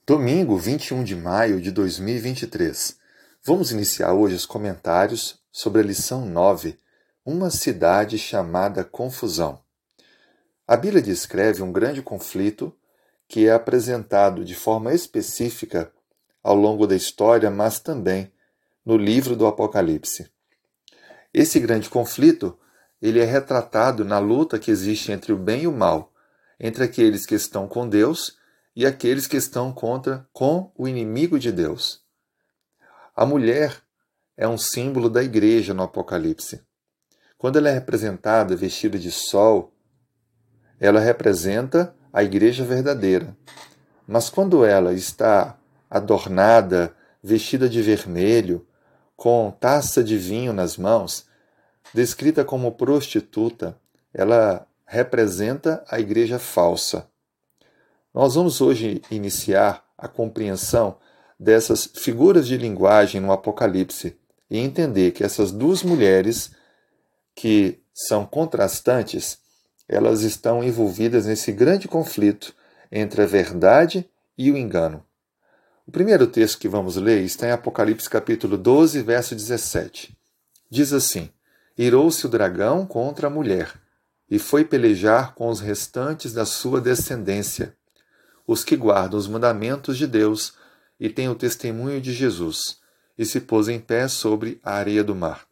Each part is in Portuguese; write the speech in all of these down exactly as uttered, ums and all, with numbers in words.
Domingo, vinte e um de maio de dois mil e vinte e três. Vamos iniciar hoje os comentários sobre a lição nove, uma cidade chamada confusão. A Bíblia descreve um grande conflito que é apresentado de forma específica ao longo da história, mas também no livro do Apocalipse. Esse grande conflito, ele é retratado na luta que existe entre o bem e o mal, entre aqueles que estão com Deus e aqueles que estão contra com o inimigo de Deus. A mulher é um símbolo da igreja no Apocalipse. Quando ela é representada vestida de sol, ela representa a igreja verdadeira. Mas quando ela está adornada, vestida de vermelho, com taça de vinho nas mãos, descrita como prostituta, ela representa a igreja falsa. Nós vamos hoje iniciar a compreensão dessas figuras de linguagem no Apocalipse e entender que essas duas mulheres, que são contrastantes, elas estão envolvidas nesse grande conflito entre a verdade e o engano. O primeiro texto que vamos ler está em Apocalipse capítulo doze, verso dezessete. Diz assim: Irou-se o dragão contra a mulher, e foi pelejar com os restantes da sua descendência, os que guardam os mandamentos de Deus e têm o testemunho de Jesus, e se pôs em pé sobre a areia do mar.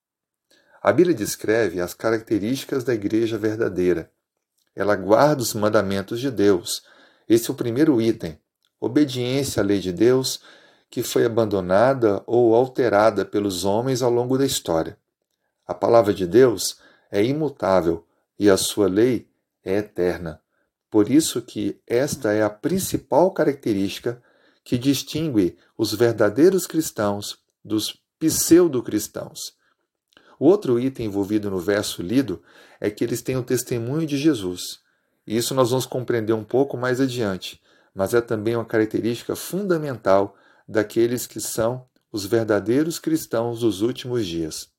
A Bíblia descreve as características da igreja verdadeira. Ela guarda os mandamentos de Deus. Esse é o primeiro item. Obediência à lei de Deus, que foi abandonada ou alterada pelos homens ao longo da história. A palavra de Deus é imutável e a sua lei é eterna. Por isso que esta é a principal característica que distingue os verdadeiros cristãos dos pseudo-cristãos. O outro item envolvido no verso lido é que eles têm o testemunho de Jesus. E isso nós vamos compreender um pouco mais adiante, mas é também uma característica fundamental daqueles que são os verdadeiros cristãos dos últimos dias.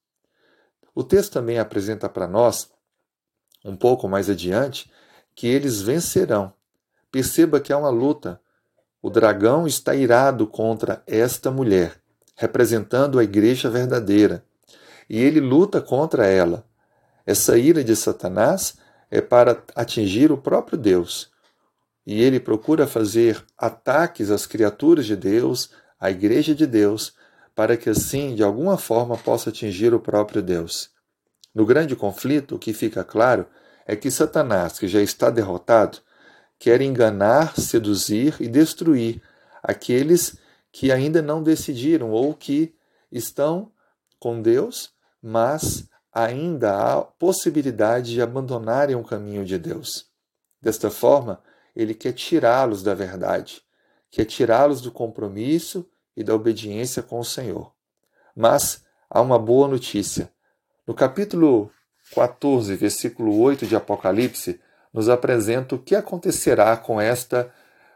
O texto também apresenta para nós, um pouco mais adiante, que eles vencerão. Perceba que há uma luta. O dragão está irado contra esta mulher, representando a igreja verdadeira. E ele luta contra ela. Essa ira de Satanás é para atingir o próprio Deus. E ele procura fazer ataques às criaturas de Deus, à igreja de Deus, para que assim, de alguma forma, possa atingir o próprio Deus. No grande conflito, o que fica claro é que Satanás, que já está derrotado, quer enganar, seduzir e destruir aqueles que ainda não decidiram ou que estão com Deus, mas ainda há possibilidade de abandonarem o caminho de Deus. Desta forma, ele quer tirá-los da verdade, quer tirá-los do compromisso e da obediência com o Senhor. Mas há uma boa notícia. No capítulo quatorze, versículo oito de Apocalipse, nos apresenta o que acontecerá com esta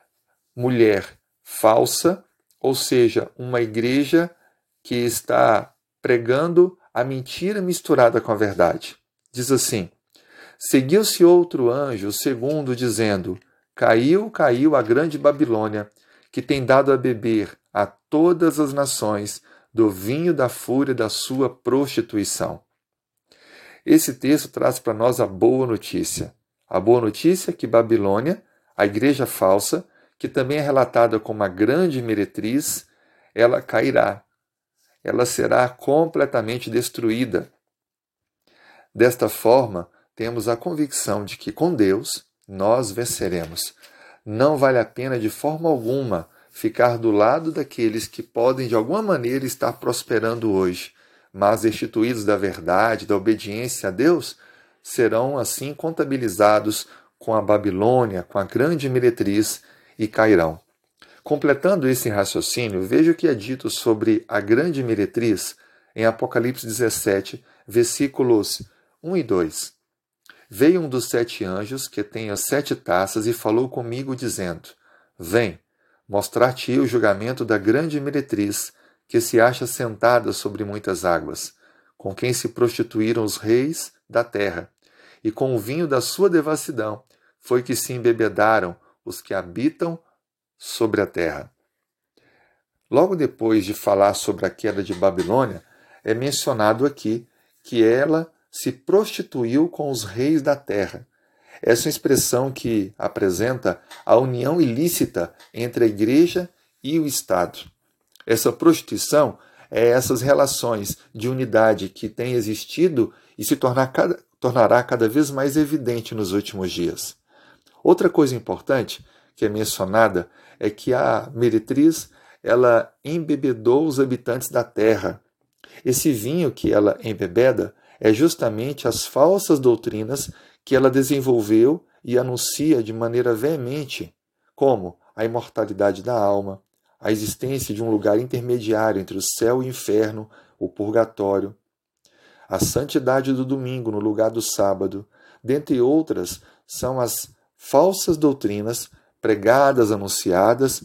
mulher falsa, ou seja, uma igreja que está pregando a mentira misturada com a verdade. Diz assim: Seguiu-se outro anjo, o segundo, dizendo: Caiu, caiu a grande Babilônia, que tem dado a beber a todas as nações do vinho da fúria da sua prostituição. Esse texto traz para nós a boa notícia. A boa notícia é que Babilônia, a igreja falsa, que também é relatada como a grande meretriz, ela cairá. Ela será completamente destruída. Desta forma, temos a convicção de que com Deus nós venceremos. Não vale a pena de forma alguma ficar do lado daqueles que podem de alguma maneira estar prosperando hoje, mas destituídos da verdade, da obediência a Deus, serão assim contabilizados com a Babilônia, com a grande meretriz, e cairão. Completando esse raciocínio, veja o que é dito sobre a grande meretriz em Apocalipse dezessete, versículos um e dois. Veio um dos sete anjos que tem as sete taças e falou comigo, dizendo: Vem, mostrar-te-ei o julgamento da grande meretriz, que se acha sentada sobre muitas águas, com quem se prostituíram os reis da terra, e com o vinho da sua devassidão foi que se embebedaram os que habitam sobre a terra. Logo depois de falar sobre a queda de Babilônia, é mencionado aqui que ela se prostituiu com os reis da terra. Essa é uma expressão que apresenta a união ilícita entre a igreja e o Estado. Essa prostituição é essas relações de unidade que têm existido e se tornar cada, tornará cada vez mais evidente nos últimos dias. Outra coisa importante que é mencionada é que a meretriz ela embebedou os habitantes da terra. Esse vinho que ela embebeda é justamente as falsas doutrinas que ela desenvolveu e anuncia de maneira veemente, como a imortalidade da alma, a existência de um lugar intermediário entre o céu e o inferno, o purgatório, a santidade do domingo no lugar do sábado, dentre outras, são as falsas doutrinas pregadas, anunciadas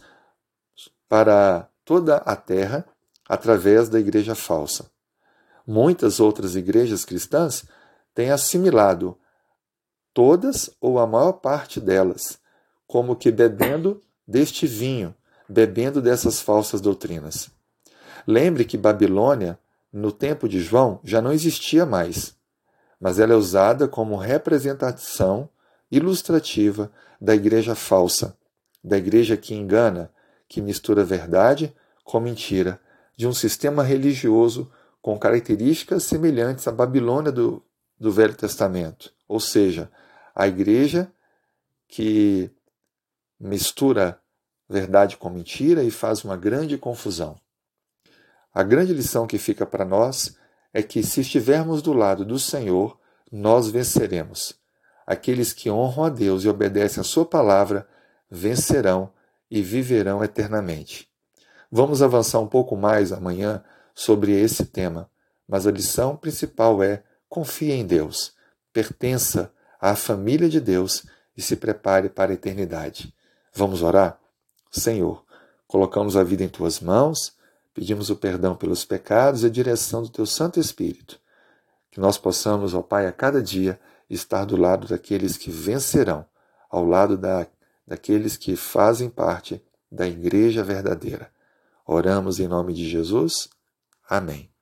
para toda a terra através da igreja falsa. Muitas outras igrejas cristãs têm assimilado todas ou a maior parte delas, como que bebendo deste vinho, bebendo dessas falsas doutrinas. Lembre que Babilônia, no tempo de João, já não existia mais, mas ela é usada como representação ilustrativa da igreja falsa, da igreja que engana, que mistura verdade com mentira, de um sistema religioso com características semelhantes à Babilônia do, do Velho Testamento, ou seja, a igreja que mistura verdade com mentira e faz uma grande confusão. A grande lição que fica para nós é que, se estivermos do lado do Senhor, nós venceremos. Aqueles que honram a Deus e obedecem a sua palavra vencerão e viverão eternamente. Vamos avançar um pouco mais amanhã sobre esse tema, mas a lição principal é: confie em Deus, pertença à família de Deus e se prepare para a eternidade. Vamos orar? Senhor, colocamos a vida em Tuas mãos, pedimos o perdão pelos pecados e a direção do Teu Santo Espírito. Que nós possamos, ó Pai, a cada dia estar do lado daqueles que vencerão, ao lado da, daqueles que fazem parte da Igreja verdadeira. Oramos em nome de Jesus. Amém.